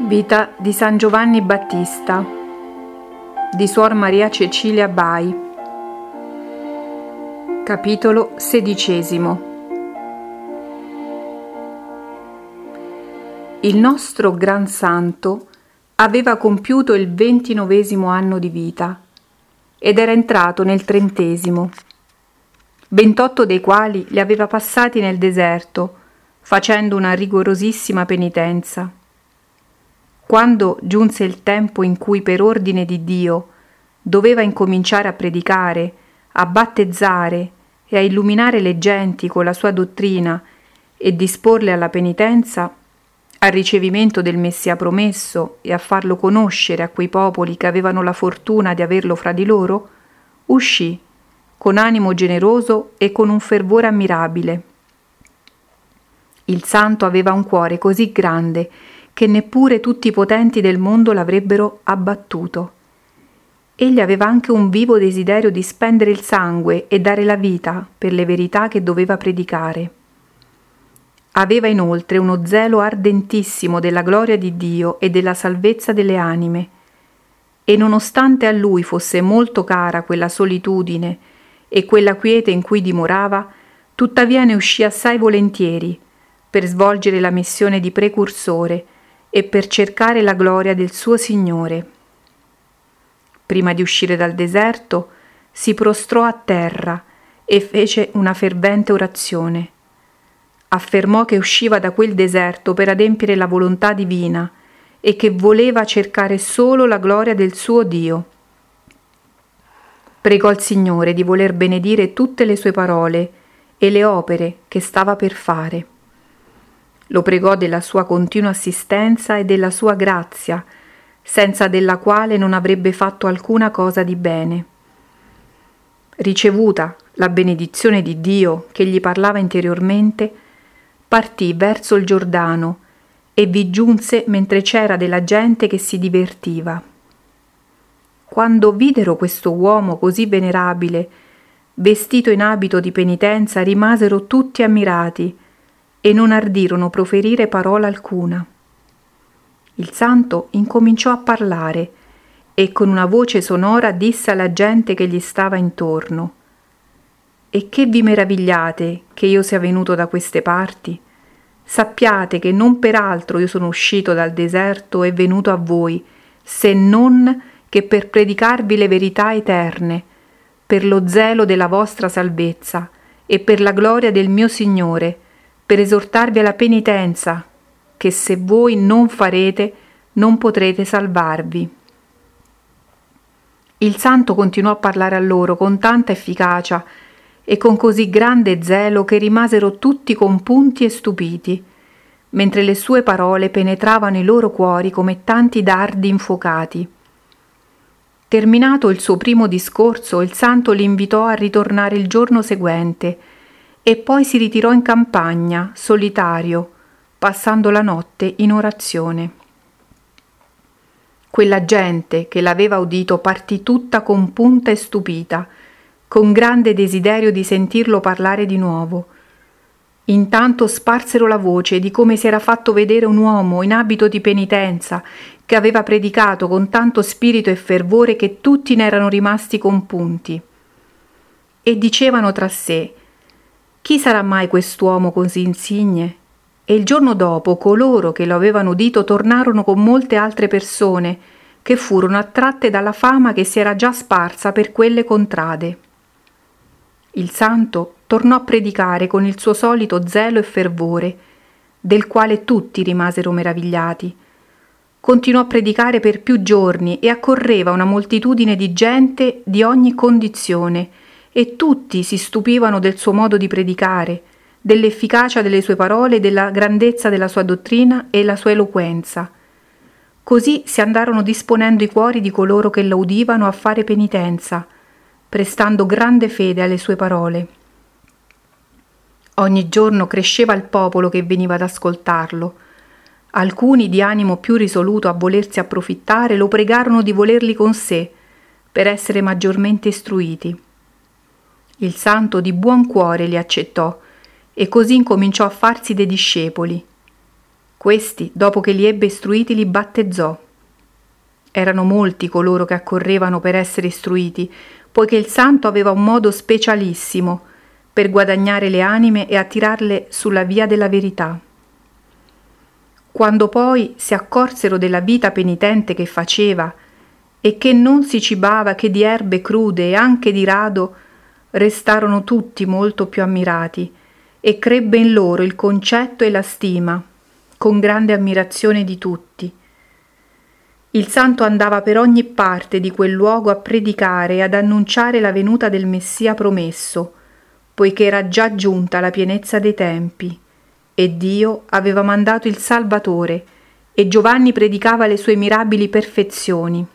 Vita di San Giovanni Battista di Suor Maria Cecilia Bai. Capitolo 16. Il nostro gran santo aveva compiuto il 29° anno di vita ed era entrato nel 30°, 28 dei quali li aveva passati nel deserto, facendo una rigorosissima penitenza. Quando giunse il tempo in cui per ordine di Dio doveva incominciare a predicare, a battezzare e a illuminare le genti con la sua dottrina e disporle alla penitenza, al ricevimento del Messia promesso e a farlo conoscere a quei popoli che avevano la fortuna di averlo fra di loro, uscì con animo generoso e con un fervore ammirabile. Il santo aveva un cuore così grande che neppure tutti i potenti del mondo l'avrebbero abbattuto. Egli aveva anche un vivo desiderio di spendere il sangue e dare la vita per le verità che doveva predicare. Aveva inoltre uno zelo ardentissimo della gloria di Dio e della salvezza delle anime, e nonostante a lui fosse molto cara quella solitudine e quella quiete in cui dimorava, tuttavia ne uscì assai volentieri per svolgere la missione di precursore e per cercare la gloria del suo Signore. Prima di uscire dal deserto, si prostrò a terra e fece una fervente orazione. Affermò che usciva da quel deserto per adempiere la volontà divina e che voleva cercare solo la gloria del suo Dio. Pregò il Signore di voler benedire tutte le sue parole e le opere che stava per fare. Lo pregò della sua continua assistenza e della sua grazia, senza della quale non avrebbe fatto alcuna cosa di bene. Ricevuta la benedizione di Dio che gli parlava interiormente, partì verso il Giordano e vi giunse mentre c'era della gente che si divertiva. Quando videro questo uomo così venerabile, vestito in abito di penitenza, rimasero tutti ammirati e non ardirono proferire parola alcuna. Il santo incominciò a parlare e con una voce sonora disse alla gente che gli stava intorno: «E che vi meravigliate che io sia venuto da queste parti? Sappiate che non per altro io sono uscito dal deserto e venuto a voi, se non che per predicarvi le verità eterne, per lo zelo della vostra salvezza e per la gloria del mio Signore, per esortarvi alla penitenza, che se voi non farete non potrete salvarvi». Il santo continuò a parlare a loro con tanta efficacia e con così grande zelo che rimasero tutti compunti e stupiti, mentre le sue parole penetravano i loro cuori come tanti dardi infuocati. Terminato il suo primo discorso, il santo li invitò a ritornare il giorno seguente e poi si ritirò in campagna, solitario, passando la notte in orazione. Quella gente che l'aveva udito partì tutta compunta e stupita, con grande desiderio di sentirlo parlare di nuovo. Intanto sparsero la voce di come si era fatto vedere un uomo in abito di penitenza che aveva predicato con tanto spirito e fervore che tutti ne erano rimasti compunti. E dicevano tra sé: «Chi sarà mai quest'uomo così insigne?» E il giorno dopo coloro che lo avevano udito tornarono con molte altre persone che furono attratte dalla fama che si era già sparsa per quelle contrade. Il santo tornò a predicare con il suo solito zelo e fervore, del quale tutti rimasero meravigliati. Continuò a predicare per più giorni e accorreva una moltitudine di gente di ogni condizione, e tutti si stupivano del suo modo di predicare, dell'efficacia delle sue parole, della grandezza della sua dottrina e la sua eloquenza. Così si andarono disponendo i cuori di coloro che lo udivano a fare penitenza, prestando grande fede alle sue parole. Ogni giorno cresceva il popolo che veniva ad ascoltarlo. Alcuni, di animo più risoluto a volersi approfittare, lo pregarono di volerli con sé, per essere maggiormente istruiti. Il santo di buon cuore li accettò e così incominciò a farsi dei discepoli. Questi, dopo che li ebbe istruiti, li battezzò. Erano molti coloro che accorrevano per essere istruiti, poiché il santo aveva un modo specialissimo per guadagnare le anime e attirarle sulla via della verità. Quando poi si accorsero della vita penitente che faceva e che non si cibava che di erbe crude e anche di rado, restarono tutti molto più ammirati e crebbe in loro il concetto e la stima, con grande ammirazione di tutti. Il santo andava per ogni parte di quel luogo a predicare e ad annunciare la venuta del Messia promesso, poiché era già giunta la pienezza dei tempi, e Dio aveva mandato il Salvatore, e Giovanni predicava le sue mirabili perfezioni.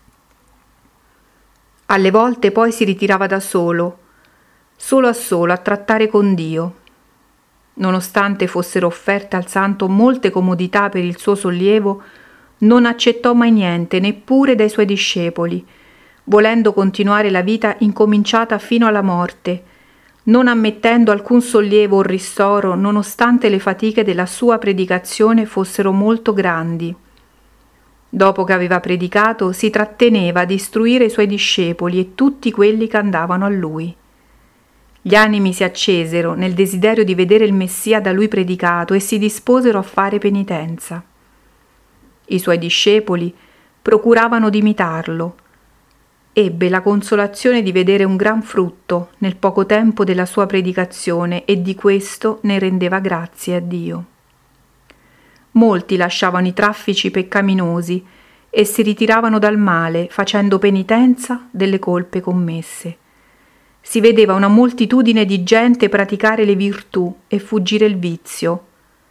Alle volte poi si ritirava da solo a solo, a trattare con Dio. Nonostante fossero offerte al santo molte comodità per il suo sollievo, non accettò mai niente, neppure dai suoi discepoli, volendo continuare la vita incominciata fino alla morte, non ammettendo alcun sollievo o ristoro nonostante le fatiche della sua predicazione fossero molto grandi. Dopo che aveva predicato, si tratteneva ad istruire i suoi discepoli e tutti quelli che andavano a lui. Gli animi si accesero nel desiderio di vedere il Messia da lui predicato e si disposero a fare penitenza. I suoi discepoli procuravano di imitarlo. Ebbe la consolazione di vedere un gran frutto nel poco tempo della sua predicazione e di questo ne rendeva grazie a Dio. Molti lasciavano i traffici peccaminosi e si ritiravano dal male facendo penitenza delle colpe commesse. Si vedeva una moltitudine di gente praticare le virtù e fuggire il vizio.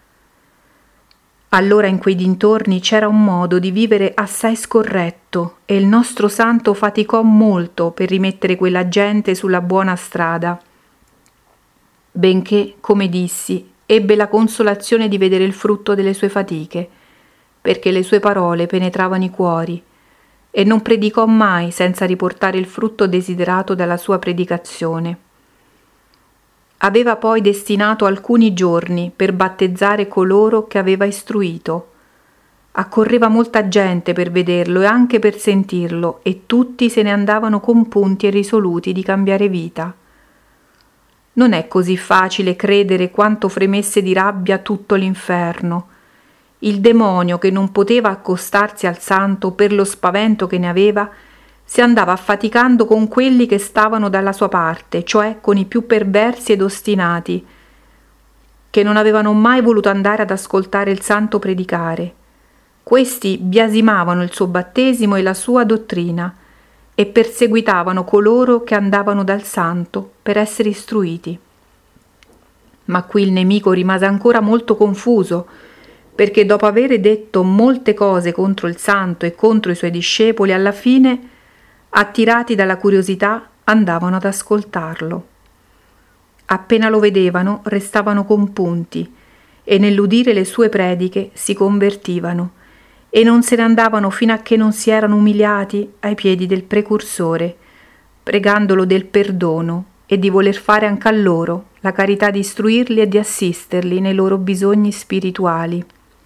Allora in quei dintorni c'era un modo di vivere assai scorretto e il nostro santo faticò molto per rimettere quella gente sulla buona strada, benché, come dissi, ebbe la consolazione di vedere il frutto delle sue fatiche, perché le sue parole penetravano i cuori, e non predicò mai senza riportare il frutto desiderato dalla sua predicazione. Aveva poi destinato alcuni giorni per battezzare coloro che aveva istruito. Accorreva molta gente per vederlo e anche per sentirlo, e tutti se ne andavano compunti e risoluti di cambiare vita. Non è così facile credere quanto fremesse di rabbia tutto l'inferno. Il demonio, che non poteva accostarsi al santo per lo spavento che ne aveva, si andava affaticando con quelli che stavano dalla sua parte, cioè con i più perversi ed ostinati, che non avevano mai voluto andare ad ascoltare il santo predicare. Questi biasimavano il suo battesimo e la sua dottrina e perseguitavano coloro che andavano dal santo per essere istruiti. Ma qui il nemico rimase ancora molto confuso, perché dopo avere detto molte cose contro il santo e contro i suoi discepoli, alla fine, attirati dalla curiosità, andavano ad ascoltarlo. Appena lo vedevano, restavano compunti e nell'udire le sue prediche si convertivano e non se ne andavano fino a che non si erano umiliati ai piedi del precursore, pregandolo del perdono e di voler fare anche a loro la carità di istruirli e di assisterli nei loro bisogni spirituali.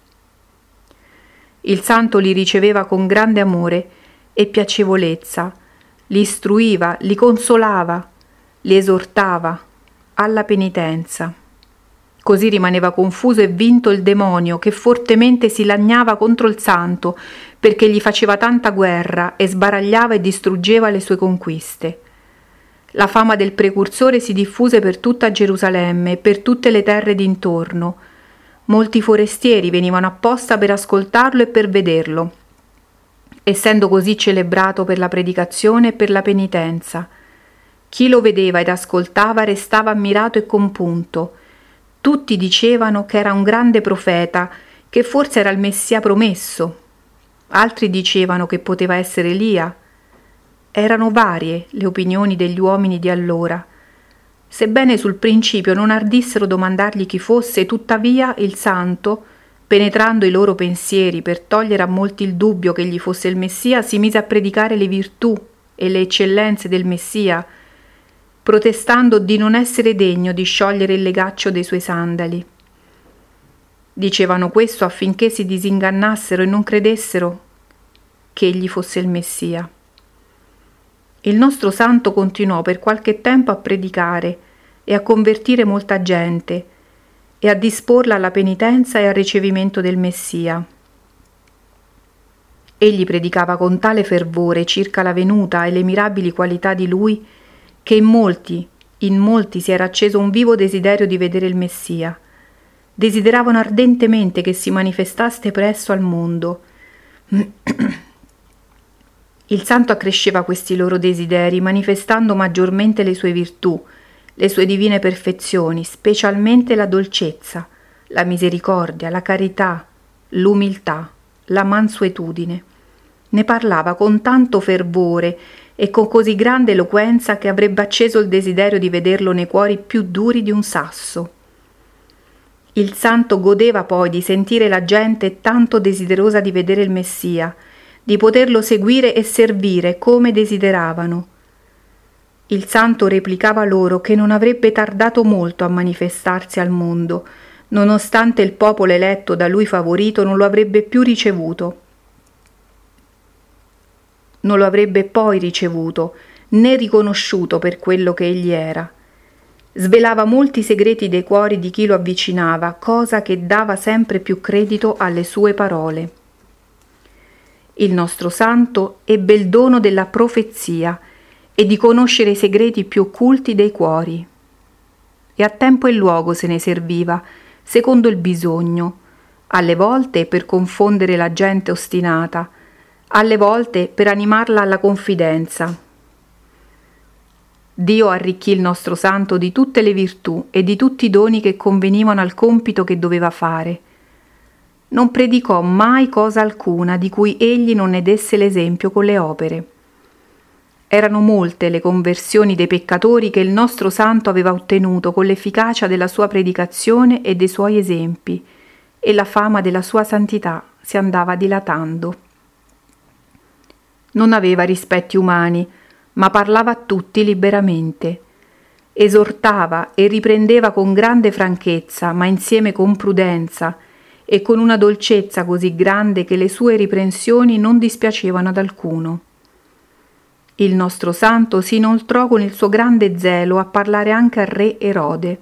Il santo li riceveva con grande amore e piacevolezza, li istruiva, li consolava, li esortava alla penitenza. Così rimaneva confuso e vinto il demonio che fortemente si lagnava contro il santo perché gli faceva tanta guerra e sbaragliava e distruggeva le sue conquiste. La fama del precursore si diffuse per tutta Gerusalemme e per tutte le terre d'intorno. Molti forestieri venivano apposta per ascoltarlo e per vederlo, essendo così celebrato per la predicazione e per la penitenza. Chi lo vedeva ed ascoltava restava ammirato e compunto. Tutti dicevano che era un grande profeta, che forse era il Messia promesso. Altri dicevano che poteva essere Elia. Erano varie le opinioni degli uomini di allora. Sebbene sul principio non ardissero domandargli chi fosse, tuttavia il santo, penetrando i loro pensieri per togliere a molti il dubbio che egli fosse il Messia, si mise a predicare le virtù e le eccellenze del Messia, protestando di non essere degno di sciogliere il legaccio dei suoi sandali. Dicevano questo affinché si disingannassero e non credessero che egli fosse il Messia. Il nostro santo continuò per qualche tempo a predicare e a convertire molta gente e a disporla alla penitenza e al ricevimento del Messia. Egli predicava con tale fervore circa la venuta e le mirabili qualità di lui che in molti si era acceso un vivo desiderio di vedere il Messia. Desideravano ardentemente che si manifestasse presto al mondo. Il santo accresceva questi loro desideri, manifestando maggiormente le sue virtù, le sue divine perfezioni, specialmente la dolcezza, la misericordia, la carità, l'umiltà, la mansuetudine. Ne parlava con tanto fervore e con così grande eloquenza che avrebbe acceso il desiderio di vederlo nei cuori più duri di un sasso. Il santo godeva poi di sentire la gente tanto desiderosa di vedere il Messia, di poterlo seguire e servire come desideravano. Il santo replicava loro che non avrebbe tardato molto a manifestarsi al mondo, nonostante il popolo eletto da lui favorito non lo avrebbe più ricevuto. Non lo avrebbe poi ricevuto, né riconosciuto per quello che egli era. Svelava molti segreti dei cuori di chi lo avvicinava, cosa che dava sempre più credito alle sue parole. Il nostro santo ebbe il dono della profezia e di conoscere i segreti più occulti dei cuori. E a tempo e luogo se ne serviva, secondo il bisogno, alle volte per confondere la gente ostinata, alle volte per animarla alla confidenza. Dio arricchì il nostro santo di tutte le virtù e di tutti i doni che convenivano al compito che doveva fare. Non predicò mai cosa alcuna di cui egli non ne desse l'esempio con le opere. Erano molte le conversioni dei peccatori che il nostro santo aveva ottenuto con l'efficacia della sua predicazione e dei suoi esempi, e la fama della sua santità si andava dilatando. Non aveva rispetti umani, ma parlava a tutti liberamente. Esortava e riprendeva con grande franchezza, ma insieme con prudenza, e con una dolcezza così grande che le sue riprensioni non dispiacevano ad alcuno. Il nostro santo si inoltrò con il suo grande zelo a parlare anche al re Erode,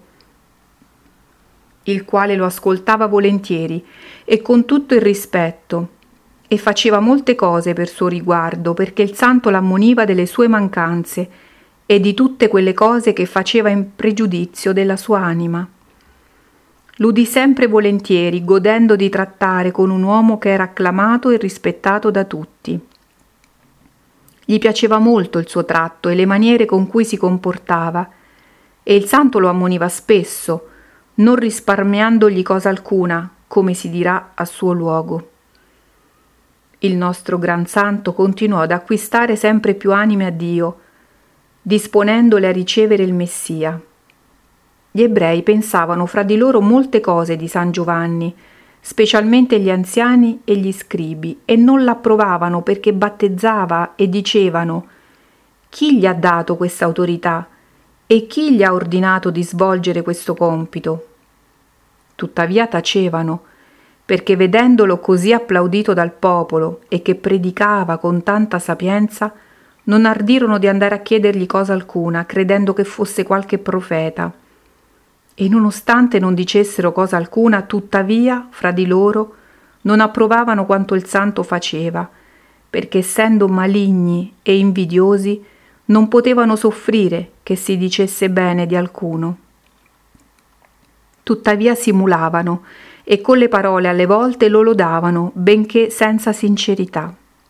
il quale lo ascoltava volentieri e con tutto il rispetto, e faceva molte cose per suo riguardo, perché il santo l'ammoniva delle sue mancanze e di tutte quelle cose che faceva in pregiudizio della sua anima. L'udì sempre volentieri, godendo di trattare con un uomo che era acclamato e rispettato da tutti. Gli piaceva molto il suo tratto e le maniere con cui si comportava, e il santo lo ammoniva spesso, non risparmiandogli cosa alcuna, come si dirà a suo luogo. Il nostro gran santo continuò ad acquistare sempre più anime a Dio, disponendole a ricevere il Messia. Gli ebrei pensavano fra di loro molte cose di San Giovanni, specialmente gli anziani e gli scribi, e non l'approvavano perché battezzava e dicevano: chi gli ha dato questa autorità e chi gli ha ordinato di svolgere questo compito? Tuttavia tacevano, perché vedendolo così applaudito dal popolo e che predicava con tanta sapienza, non ardirono di andare a chiedergli cosa alcuna, credendo che fosse qualche profeta. E nonostante non dicessero cosa alcuna, tuttavia, fra di loro, non approvavano quanto il santo faceva, perché essendo maligni e invidiosi, non potevano soffrire che si dicesse bene di alcuno. Tuttavia simulavano e con le parole alle volte lo lodavano, benché senza sincerità.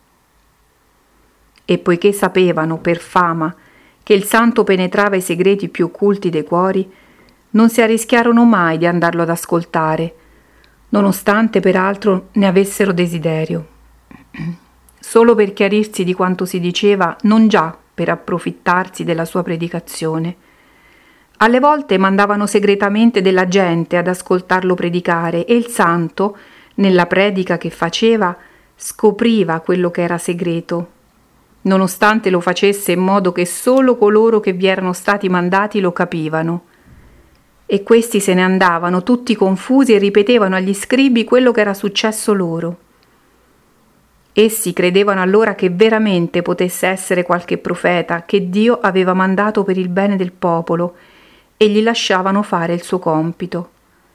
E poiché sapevano, per fama, che il santo penetrava i segreti più occulti dei cuori, non si arrischiarono mai di andarlo ad ascoltare, nonostante peraltro ne avessero desiderio. Solo per chiarirsi di quanto si diceva, non già per approfittarsi della sua predicazione. Alle volte mandavano segretamente della gente ad ascoltarlo predicare e il santo, nella predica che faceva, scopriva quello che era segreto, nonostante lo facesse in modo che solo coloro che vi erano stati mandati lo capivano. e questi se ne andavano tutti confusi e ripetevano agli scribi quello che era successo loro. Essi credevano allora che veramente potesse essere qualche profeta che Dio aveva mandato per il bene del popolo e gli lasciavano fare il suo compito.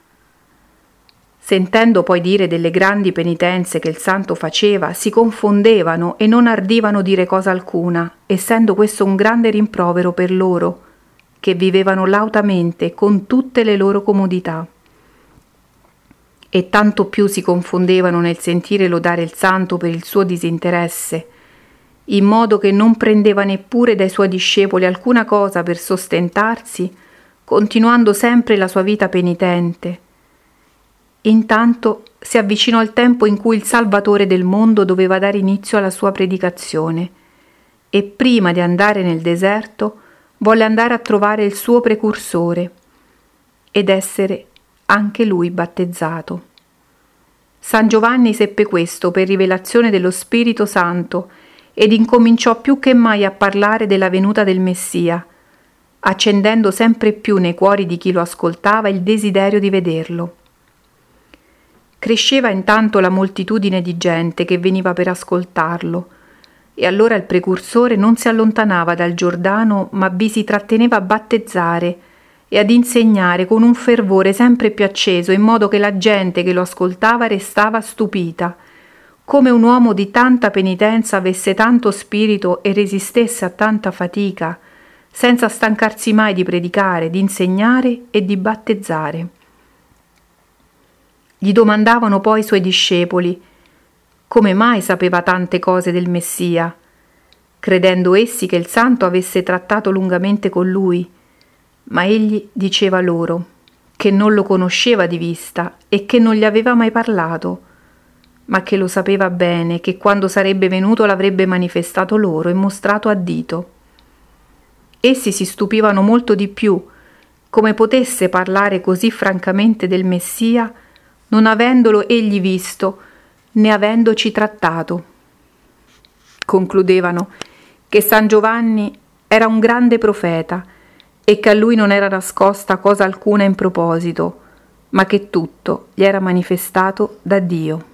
Sentendo poi dire delle grandi penitenze che il santo faceva, si confondevano e non ardivano dire cosa alcuna, essendo questo un grande rimprovero per loro, che vivevano lautamente con tutte le loro comodità. E tanto più si confondevano nel sentire lodare il santo per il suo disinteresse, in modo che non prendeva neppure dai suoi discepoli alcuna cosa per sostentarsi, continuando sempre la sua vita penitente. Intanto si avvicinò il tempo in cui il Salvatore del mondo doveva dare inizio alla sua predicazione, e prima di andare nel deserto volle andare a trovare il suo precursore ed essere anche lui battezzato. San Giovanni seppe questo per rivelazione dello Spirito Santo ed incominciò più che mai a parlare della venuta del Messia, accendendo sempre più nei cuori di chi lo ascoltava il desiderio di vederlo. Cresceva intanto la moltitudine di gente che veniva per ascoltarlo, e allora il precursore non si allontanava dal Giordano, ma vi si tratteneva a battezzare e ad insegnare con un fervore sempre più acceso, in modo che la gente che lo ascoltava restava stupita, come un uomo di tanta penitenza avesse tanto spirito e resistesse a tanta fatica, senza stancarsi mai di predicare, di insegnare e di battezzare. Gli domandavano poi i suoi discepoli come mai sapeva tante cose del Messia, credendo essi che il santo avesse trattato lungamente con lui, ma egli diceva loro che non lo conosceva di vista e che non gli aveva mai parlato, ma che lo sapeva bene, che quando sarebbe venuto l'avrebbe manifestato loro e mostrato a dito. Essi si stupivano molto di più come potesse parlare così francamente del Messia, non avendolo egli visto né avendoci trattato. Concludevano che San Giovanni era un grande profeta e che a lui non era nascosta cosa alcuna in proposito, ma che tutto gli era manifestato da Dio.